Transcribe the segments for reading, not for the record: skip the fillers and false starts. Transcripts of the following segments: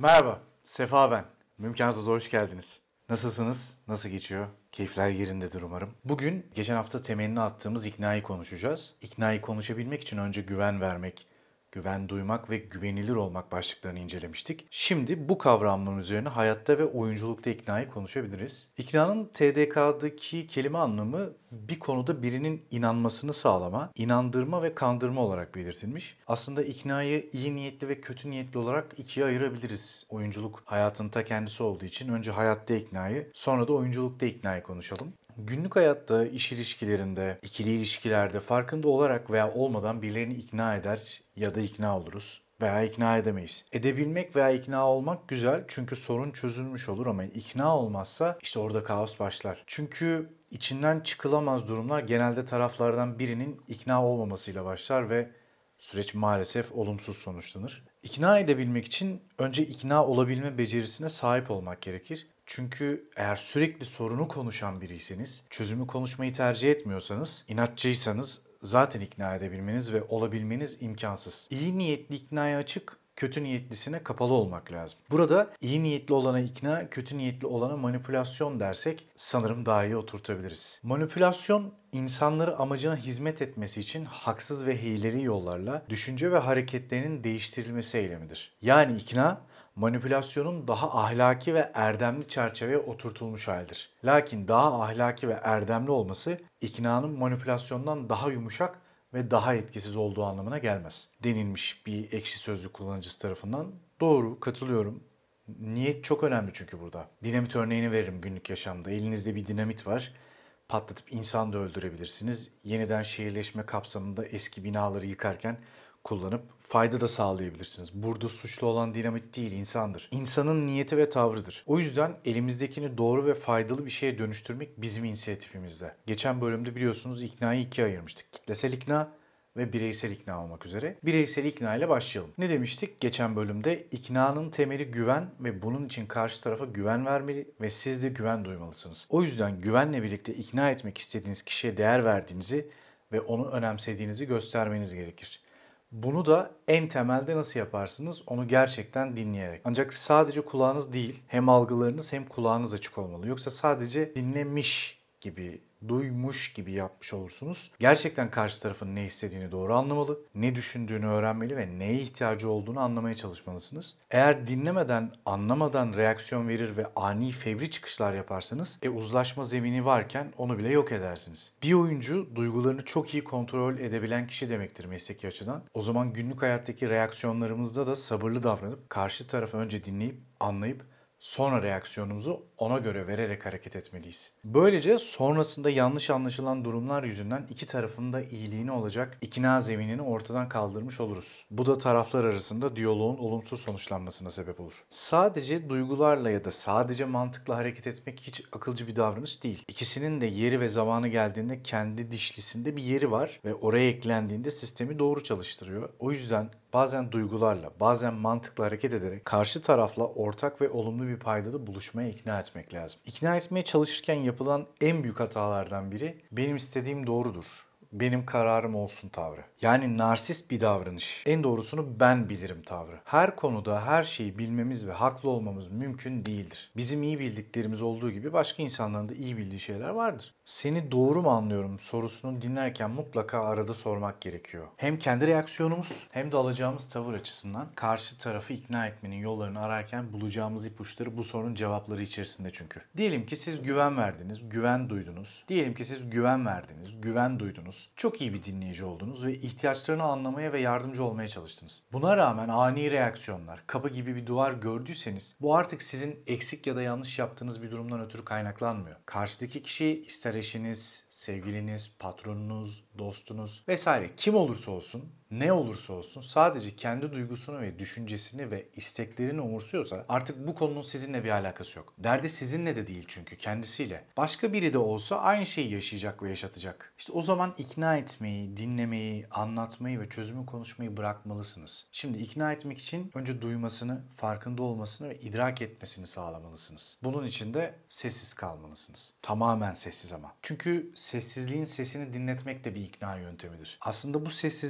Merhaba, Sefa ben. Mümkansız hoş geldiniz. Nasılsınız? Nasıl geçiyor? Keyifler yerindedir umarım. Bugün geçen hafta temelini attığımız iknayı konuşacağız. İknayı konuşabilmek için önce güven vermek, güven duymak ve güvenilir olmak başlıklarını incelemiştik. Şimdi bu kavramların üzerine hayatta ve oyunculukta iknayı konuşabiliriz. İknanın TDK'daki kelime anlamı bir konuda birinin inanmasını sağlama, inandırma ve kandırma olarak belirtilmiş. Aslında iknayı iyi niyetli ve kötü niyetli olarak ikiye ayırabiliriz. Oyunculuk hayatın ta kendisi olduğu için önce hayatta iknayı, sonra da oyunculukta iknayı konuşalım. Günlük hayatta, iş ilişkilerinde, ikili ilişkilerde farkında olarak veya olmadan birilerini ikna eder ya da ikna oluruz veya ikna edemeyiz. Edebilmek veya ikna olmak güzel çünkü sorun çözülmüş olur ama ikna olmazsa işte orada kaos başlar. Çünkü içinden çıkılamaz durumlar genelde taraflardan birinin ikna olmamasıyla başlar ve süreç maalesef olumsuz sonuçlanır. İkna edebilmek için önce ikna olabilme becerisine sahip olmak gerekir. Çünkü eğer sürekli sorunu konuşan biriyseniz, çözümü konuşmayı tercih etmiyorsanız, inatçıysanız zaten ikna edebilmeniz ve olabilmeniz imkansız. İyi niyetli iknaya açık, kötü niyetlisine kapalı olmak lazım. Burada iyi niyetli olana ikna, kötü niyetli olana manipülasyon dersek sanırım daha iyi oturtabiliriz. Manipülasyon insanları amacına hizmet etmesi için haksız ve hileli yollarla düşünce ve hareketlerinin değiştirilmesi eylemidir. Yani ikna manipülasyonun daha ahlaki ve erdemli çerçeveye oturtulmuş halidir. Lakin daha ahlaki ve erdemli olması iknanın manipülasyondan daha yumuşak ve daha etkisiz olduğu anlamına gelmez. Denilmiş bir ekşi sözlük kullanıcısı tarafından. Doğru, katılıyorum. Niyet çok önemli çünkü burada. Dinamit örneğini veririm günlük yaşamda. Elinizde bir dinamit var. Patlatıp insan da öldürebilirsiniz. Yeniden şehirleşme kapsamında eski binaları yıkarken kullanıp fayda da sağlayabilirsiniz. Burada suçlu olan dinamit değil, insandır. İnsanın niyeti ve tavrıdır. O yüzden elimizdekini doğru ve faydalı bir şeye dönüştürmek bizim inisiyatifimizde. Geçen bölümde biliyorsunuz iknayı ikiye ayırmıştık. Kitlesel ikna ve bireysel ikna olmak üzere. Bireysel ikna ile başlayalım. Ne demiştik? Geçen bölümde iknanın temeli güven ve bunun için karşı tarafa güven vermeli ve siz de güven duymalısınız. O yüzden güvenle birlikte ikna etmek istediğiniz kişiye değer verdiğinizi ve onu önemsediğinizi göstermeniz gerekir. Bunu da en temelde nasıl yaparsınız? Onu gerçekten dinleyerek. Ancak sadece kulağınız değil, hem algılarınız hem kulağınız açık olmalı. Yoksa sadece dinlemiş gibi, duymuş gibi yapmış olursunuz. Gerçekten karşı tarafın ne istediğini doğru anlamalı, ne düşündüğünü öğrenmeli ve neye ihtiyacı olduğunu anlamaya çalışmalısınız. Eğer dinlemeden, anlamadan reaksiyon verir ve ani fevri çıkışlar yaparsanız, uzlaşma zemini varken onu bile yok edersiniz. Bir oyuncu duygularını çok iyi kontrol edebilen kişi demektir mesleki açıdan. O zaman günlük hayattaki reaksiyonlarımızda da sabırlı davranıp karşı tarafı önce dinleyip, anlayıp sonra reaksiyonumuzu ona göre vererek hareket etmeliyiz. Böylece sonrasında yanlış anlaşılan durumlar yüzünden iki tarafın da iyiliğine olacak ikna zeminini ortadan kaldırmış oluruz. Bu da taraflar arasında diyaloğun olumsuz sonuçlanmasına sebep olur. Sadece duygularla ya da sadece mantıkla hareket etmek hiç akılcı bir davranış değil. İkisinin de yeri ve zamanı geldiğinde kendi dişlisinde bir yeri var ve oraya eklendiğinde sistemi doğru çalıştırıyor. O yüzden bazen duygularla, bazen mantıkla hareket ederek karşı tarafla ortak ve olumlu bir paydada buluşmaya ikna etmek lazım. İkna etmeye çalışırken yapılan en büyük hatalardan biri benim istediğim doğrudur, benim kararım olsun tavrı. Yani narsist bir davranış. En doğrusunu ben bilirim tavrı. Her konuda her şeyi bilmemiz ve haklı olmamız mümkün değildir. Bizim iyi bildiklerimiz olduğu gibi başka insanların da iyi bildiği şeyler vardır. Seni doğru mu anlıyorum sorusunu dinlerken mutlaka arada sormak gerekiyor. Hem kendi reaksiyonumuz hem de alacağımız tavır açısından karşı tarafı ikna etmenin yollarını ararken bulacağımız ipuçları bu sorunun cevapları içerisinde çünkü. Diyelim ki siz güven verdiniz, güven duydunuz. Diyelim ki siz güven verdiniz, güven duydunuz. Çok iyi bir dinleyici oldunuz ve ihtiyaçlarını anlamaya ve yardımcı olmaya çalıştınız. Buna rağmen ani reaksiyonlar, kapı gibi bir duvar gördüyseniz bu artık sizin eksik ya da yanlış yaptığınız bir durumdan ötürü kaynaklanmıyor. Karşıdaki kişi ister eşiniz, sevgiliniz, patronunuz, dostunuz vesaire kim olursa olsun, ne olursa olsun sadece kendi duygusunu ve düşüncesini ve isteklerini umursuyorsa artık bu konunun sizinle bir alakası yok. Derdi sizinle de değil çünkü kendisiyle. Başka biri de olsa aynı şeyi yaşayacak ve yaşatacak. İşte o zaman ikna etmeyi, dinlemeyi, anlatmayı ve çözümü konuşmayı bırakmalısınız. Şimdi ikna etmek için önce duymasını, farkında olmasını ve idrak etmesini sağlamalısınız. Bunun için de sessiz kalmalısınız. Tamamen sessiz ama. Çünkü sessizliğin sesini dinletmek de bir ikna yöntemidir. Aslında bu sessizlik aynı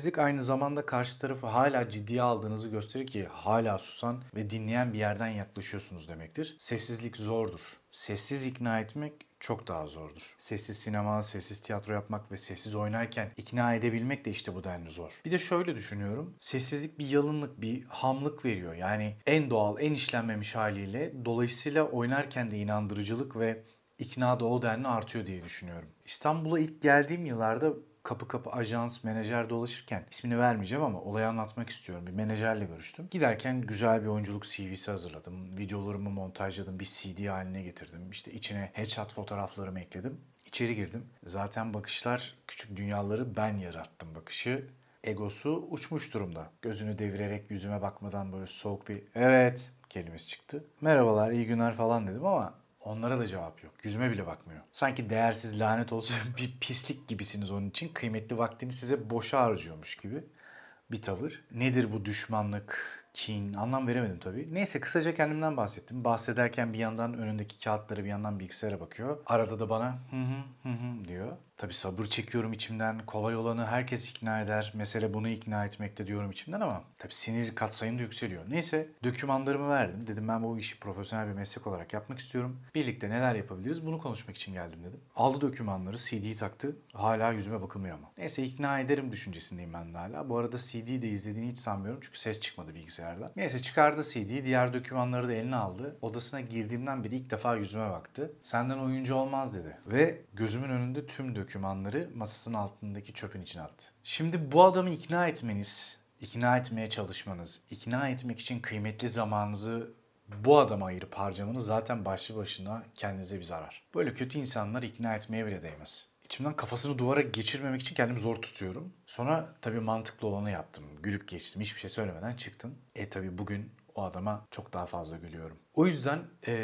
zamanda karşı tarafı hala ciddiye aldığınızı gösterir ki hala susan ve dinleyen bir yerden yaklaşıyorsunuz demektir. Sessizlik zordur. Sessiz ikna etmek çok daha zordur. Sessiz sinema, sessiz tiyatro yapmak ve sessiz oynarken ikna edebilmek de işte bu denli zor. Bir de şöyle düşünüyorum. Sessizlik bir yalınlık, bir hamlık veriyor. Yani en doğal, en işlenmemiş haliyle. Dolayısıyla oynarken de inandırıcılık ve ikna da o denli artıyor diye düşünüyorum. İstanbul'a ilk geldiğim yıllarda kapı kapı ajans, menajer dolaşırken ismini vermeyeceğim ama olayı anlatmak istiyorum. Bir menajerle görüştüm. Giderken güzel bir oyunculuk CV'si hazırladım. Videolarımı montajladım. Bir CD haline getirdim. İşte içine headshot fotoğraflarımı ekledim. İçeri girdim. Zaten bakışlar, küçük dünyaları ben yarattım bakışı. Egosu uçmuş durumda. Gözünü devirerek yüzüme bakmadan böyle soğuk bir evet kelimesi çıktı. Merhabalar, iyi günler falan dedim ama onlara da cevap yok. Yüzüme bile bakmıyor. Sanki değersiz lanet olsun bir pislik gibisiniz onun için. Kıymetli vaktini size boşa harcıyormuş gibi bir tavır. Nedir bu düşmanlık, kin? Anlam veremedim tabii. Neyse kısaca kendimden bahsettim. Bahsederken bir yandan önündeki kağıtlara bir yandan bilgisayara bakıyor. Arada da bana diyor. Tabii sabır çekiyorum içimden. Kolay olanı herkes ikna eder. Mesele bunu ikna etmekte diyorum içimden ama tabii sinir katsayım da yükseliyor. Neyse dokümanlarımı verdim. Dedim ben bu işi profesyonel bir meslek olarak yapmak istiyorum. Birlikte neler yapabiliriz bunu konuşmak için geldim dedim. Aldı dokümanları, CD'yi taktı. Hala yüzüme bakılmıyor ama. Neyse ikna ederim düşüncesindeyim ben de hala. Bu arada CD'yi de izlediğini hiç sanmıyorum çünkü ses çıkmadı bilgisayarda. Neyse çıkardı CD'yi, diğer dokümanları da eline aldı. Odasına girdiğimden beri ilk defa yüzüme baktı. Senden oyuncu olmaz dedi. Ve gözümün önünde tüm dokümanları masasının altındaki çöpün içine attı. Şimdi bu adamı ikna etmeniz, ikna etmeye çalışmanız, ikna etmek için kıymetli zamanınızı bu adama ayırıp harcamanız zaten başlı başına kendinize bir zarar. Böyle kötü insanları ikna etmeye bile değmez. İçimden kafasını duvara geçirmemek için kendimi zor tutuyorum. Sonra tabii mantıklı olanı yaptım. Gülüp geçtim. Hiçbir şey söylemeden çıktım. Tabii bugün o adama çok daha fazla gülüyorum. O yüzden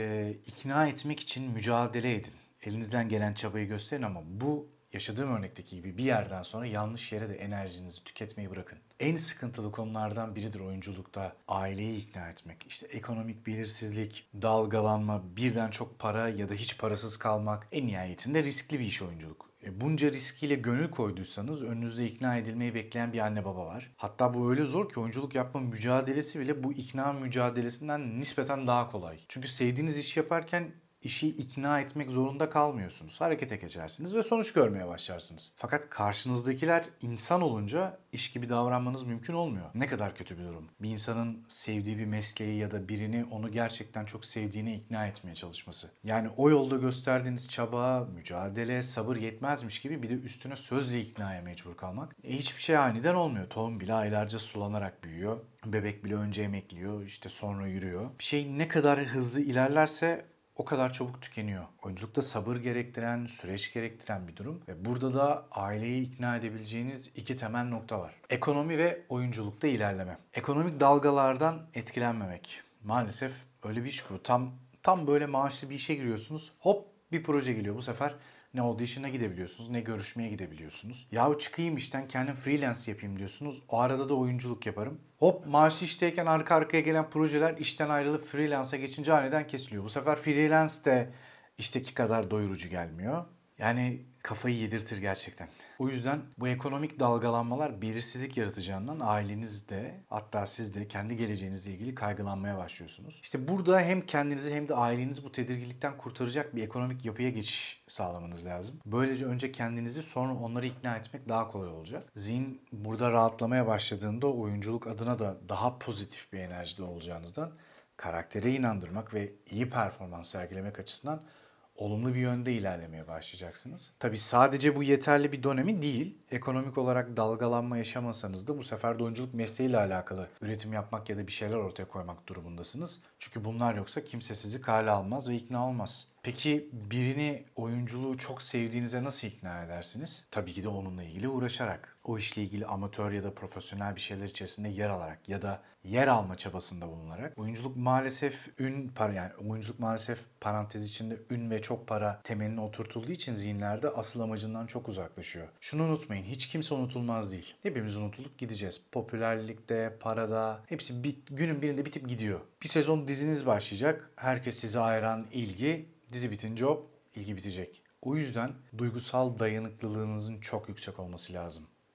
ikna etmek için mücadele edin. Elinizden gelen çabayı gösterin ama bu yaşadığım örnekteki gibi bir yerden sonra yanlış yere de enerjinizi tüketmeyi bırakın. En sıkıntılı konulardan biridir oyunculukta aileyi ikna etmek. İşte ekonomik belirsizlik, dalgalanma, birden çok para ya da hiç parasız kalmak en nihayetinde riskli bir iş oyunculuk. Bunca riskiyle gönül koyduysanız önünüzde ikna edilmeyi bekleyen bir anne baba var. Hatta bu öyle zor ki oyunculuk yapma mücadelesi bile bu ikna mücadelesinden nispeten daha kolay. Çünkü sevdiğiniz işi yaparken işi ikna etmek zorunda kalmıyorsunuz. Harekete geçersiniz ve sonuç görmeye başlarsınız. Fakat karşınızdakiler insan olunca iş gibi davranmanız mümkün olmuyor. Ne kadar kötü bir durum. Bir insanın sevdiği bir mesleği ya da birini onu gerçekten çok sevdiğine ikna etmeye çalışması. Yani o yolda gösterdiğiniz çaba, mücadele, sabır yetmezmiş gibi bir de üstüne sözle iknaya mecbur kalmak. Hiçbir şey aniden olmuyor. Tohum bile aylarca sulanarak büyüyor. Bebek bile önce emekliyor, işte sonra yürüyor. Bir şey ne kadar hızlı ilerlerse o kadar çabuk tükeniyor. Oyunculukta sabır gerektiren, süreç gerektiren bir durum. Ve burada da aileyi ikna edebileceğiniz iki temel nokta var. Ekonomi ve oyunculukta ilerleme. Ekonomik dalgalardan etkilenmemek. Maalesef öyle bir iş ki bu. Tam böyle maaşlı bir işe giriyorsunuz. Hop bir proje geliyor bu sefer. Ne audition'a gidebiliyorsunuz, ne görüşmeye gidebiliyorsunuz. Yahu çıkayım işten kendim freelance yapayım diyorsunuz. O arada da oyunculuk yaparım. Hop maaşlı işteyken arka arkaya gelen projeler işten ayrılıp freelance'a geçince aniden kesiliyor. Bu sefer freelance de işteki kadar doyurucu gelmiyor. Yani kafayı yedirtir gerçekten. O yüzden bu ekonomik dalgalanmalar belirsizlik yaratacağından ailenizde hatta siz de kendi geleceğinizle ilgili kaygılanmaya başlıyorsunuz. İşte burada hem kendinizi hem de ailenizi bu tedirginlikten kurtaracak bir ekonomik yapıya geçiş sağlamanız lazım. Böylece önce kendinizi sonra onları ikna etmek daha kolay olacak. Zihin burada rahatlamaya başladığında oyunculuk adına da daha pozitif bir enerjide olacağınızdan karaktere inandırmak ve iyi performans sergilemek açısından olumlu bir yönde ilerlemeye başlayacaksınız. Tabii sadece bu yeterli bir dönemi değil. Ekonomik olarak dalgalanma yaşamasanız da bu sefer de oyunculuk mesleğiyle alakalı üretim yapmak ya da bir şeyler ortaya koymak durumundasınız. Çünkü bunlar yoksa kimse sizi kale almaz ve ikna olmaz. Peki birini oyunculuğu çok sevdiğinize nasıl ikna edersiniz? Tabii ki de onunla ilgili uğraşarak. O işle ilgili amatör ya da profesyonel bir şeyler içerisinde yer alarak ya da yer alma çabasında bulunarak. Oyunculuk maalesef oyunculuk maalesef parantez içinde ün ve çok para temeline oturtulduğu için zihinlerde asıl amacından çok uzaklaşıyor. Şunu unutmayın, hiç kimse unutulmaz değil. Hepimiz unutulup gideceğiz. Popülerlikte, parada, hepsi günün birinde bitip gidiyor. Bir sezon diziniz başlayacak. Herkes size hayran, ilgi. Dizi bitince hop ilgi bitecek. O yüzden duygusal dayanıklılığınızın çok yüksek olması lazım.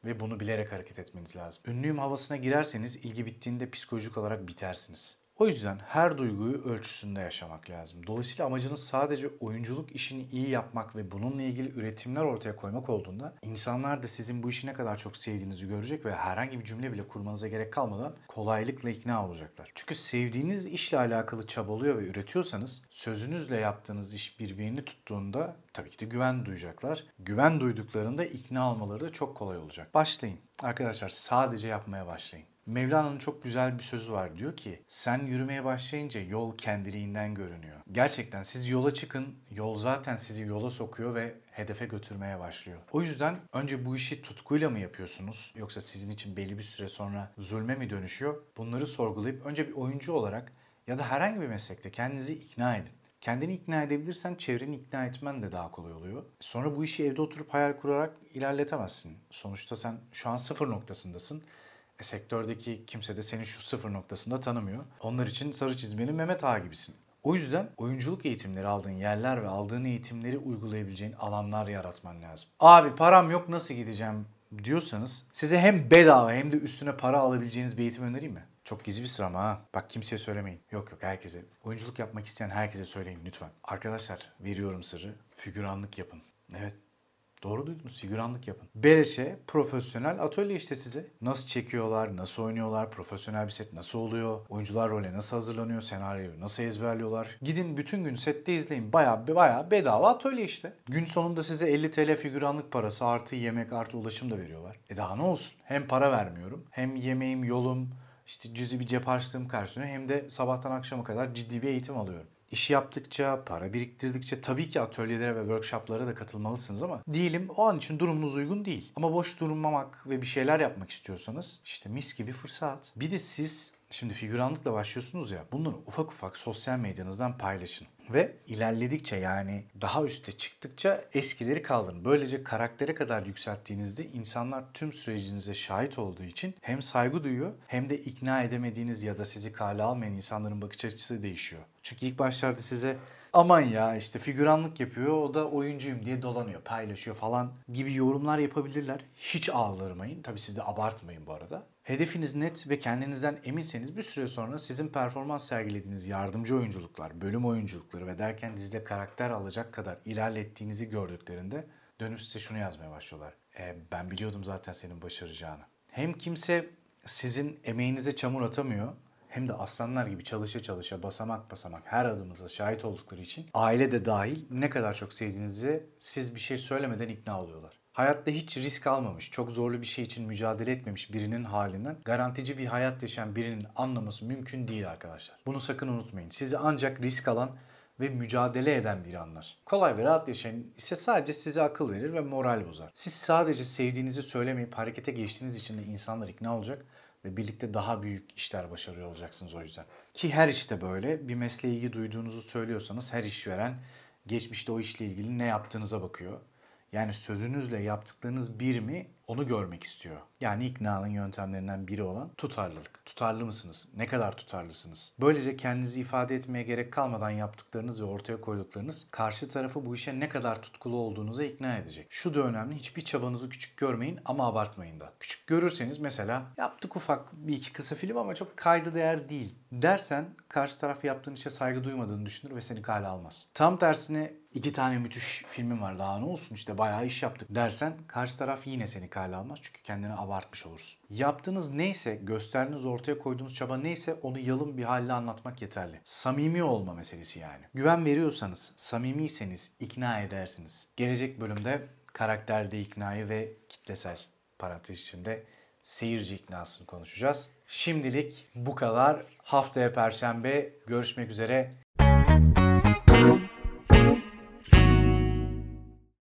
ve bunu bilerek hareket etmeniz lazım. Ünlüyüm havasına girerseniz ilgi bittiğinde psikolojik olarak bitersiniz. O yüzden her duyguyu ölçüsünde yaşamak lazım. Dolayısıyla amacınız sadece oyunculuk işini iyi yapmak ve bununla ilgili üretimler ortaya koymak olduğunda insanlar da sizin bu işi ne kadar çok sevdiğinizi görecek ve herhangi bir cümle bile kurmanıza gerek kalmadan kolaylıkla ikna olacaklar. Çünkü sevdiğiniz işle alakalı çabalıyor ve üretiyorsanız sözünüzle yaptığınız iş birbirini tuttuğunda tabii ki de güven duyacaklar. Güven duyduklarında ikna olmaları da çok kolay olacak. Başlayın. Arkadaşlar sadece yapmaya başlayın. Mevlana'nın çok güzel bir sözü var. Diyor ki sen yürümeye başlayınca yol kendiliğinden görünüyor. Gerçekten siz yola çıkın, yol zaten sizi yola sokuyor ve hedefe götürmeye başlıyor. O yüzden önce bu işi tutkuyla mı yapıyorsunuz yoksa sizin için belli bir süre sonra zulme mi dönüşüyor? Bunları sorgulayıp önce bir oyuncu olarak ya da herhangi bir meslekte kendinizi ikna edin. Kendini ikna edebilirsen çevreni ikna etmen de daha kolay oluyor. Sonra bu işi evde oturup hayal kurarak ilerletemezsin. Sonuçta sen şu an sıfır noktasındasın. Sektördeki kimse de seni şu sıfır noktasında tanımıyor. Onlar için sarı çizmeli Mehmet Ağa gibisin. O yüzden oyunculuk eğitimleri aldığın yerler ve aldığın eğitimleri uygulayabileceğin alanlar yaratman lazım. Abi param yok nasıl gideceğim diyorsanız size hem bedava hem de üstüne para alabileceğiniz bir eğitim önereyim mi? Çok gizli bir sıra ama ha. Bak kimseye söylemeyin. Yok herkese. Oyunculuk yapmak isteyen herkese söyleyin lütfen. Arkadaşlar veriyorum sırrı. Figüranlık yapın. Evet. Doğru duydunuz. Figüranlık yapın. Beleşe profesyonel atölye işte size. Nasıl çekiyorlar, nasıl oynuyorlar, profesyonel bir set nasıl oluyor, oyuncular role nasıl hazırlanıyor, senaryoyu nasıl ezberliyorlar. Gidin bütün gün sette izleyin. Baya bedava atölye işte. Gün sonunda size 50 TL figüranlık parası artı yemek artı ulaşım da veriyorlar. Daha ne olsun? Hem para vermiyorum hem yemeğim, yolum, işte cüzi bir cep harçlığım karşılıyor hem de sabahtan akşama kadar ciddi bir eğitim alıyorum. İş yaptıkça, para biriktirdikçe tabii ki atölyelere ve workshoplara da katılmalısınız ama diyelim o an için durumunuz uygun değil. Ama boş durmamak ve bir şeyler yapmak istiyorsanız işte mis gibi fırsat. Bir de siz şimdi figüranlıkla başlıyorsunuz ya bunları ufak ufak sosyal medyanızdan paylaşın. Ve ilerledikçe yani daha üste çıktıkça eskileri kaldırın. Böylece karaktere kadar yükselttiğinizde insanlar tüm sürecinize şahit olduğu için hem saygı duyuyor hem de ikna edemediğiniz ya da sizi kale almayan insanların bakış açısı değişiyor. Çünkü ilk başlarda size aman ya işte figüranlık yapıyor o da oyuncuyum diye dolanıyor, paylaşıyor falan gibi yorumlar yapabilirler. Hiç ağlarmayın. Tabii siz de abartmayın bu arada. Hedefiniz net ve kendinizden eminseniz bir süre sonra sizin performans sergilediğiniz yardımcı oyunculuklar, bölüm oyunculukları ve derken dizide karakter alacak kadar ilerlettiğinizi gördüklerinde dönüp size şunu yazmaya başlıyorlar. Ben biliyordum zaten senin başaracağını. Hem kimse sizin emeğinize çamur atamıyor hem de aslanlar gibi çalışa çalışa basamak basamak her adımınıza şahit oldukları için aile de dahil ne kadar çok sevdiğinizi siz bir şey söylemeden ikna oluyorlar. Hayatta hiç risk almamış, çok zorlu bir şey için mücadele etmemiş birinin halinden garantici bir hayat yaşayan birinin anlaması mümkün değil arkadaşlar. Bunu sakın unutmayın. Sizi ancak risk alan ve mücadele eden biri anlar. Kolay ve rahat yaşayan ise sadece size akıl verir ve moral bozar. Siz sadece sevdiğinizi söylemeyip harekete geçtiğiniz için de insanlar ikna olacak ve birlikte daha büyük işler başarıyor olacaksınız o yüzden. Ki her işte böyle. Bir mesleğe ilgi duyduğunuzu söylüyorsanız her işveren geçmişte o işle ilgili ne yaptığınıza bakıyor. Yani sözünüzle yaptıklarınız bir mi onu görmek istiyor. Yani iknanın yöntemlerinden biri olan tutarlılık. Tutarlı mısınız? Ne kadar tutarlısınız? Böylece kendinizi ifade etmeye gerek kalmadan yaptıklarınız ve ortaya koyduklarınız karşı tarafı bu işe ne kadar tutkulu olduğunuza ikna edecek. Şu da önemli, hiçbir çabanızı küçük görmeyin ama abartmayın da. Küçük görürseniz mesela yaptık ufak bir iki kısa film ama çok kayda değer değil dersen karşı taraf yaptığın işe saygı duymadığını düşünür ve seni kale almaz. Tam tersine 2 tane müthiş filmim var daha ne olsun işte bayağı iş yaptık dersen karşı taraf yine seni kale almaz çünkü kendini abartmış olursun. Yaptığınız neyse, gösterdiğiniz ortaya koyduğunuz çaba neyse onu yalın bir halle anlatmak yeterli. Samimi olma meselesi yani. Güven veriyorsanız, samimiyseniz ikna edersiniz. Gelecek bölümde karakterde iknayı ve kitlesel parantez içinde seyirci iknasını konuşacağız. Şimdilik bu kadar. Haftaya Perşembe görüşmek üzere.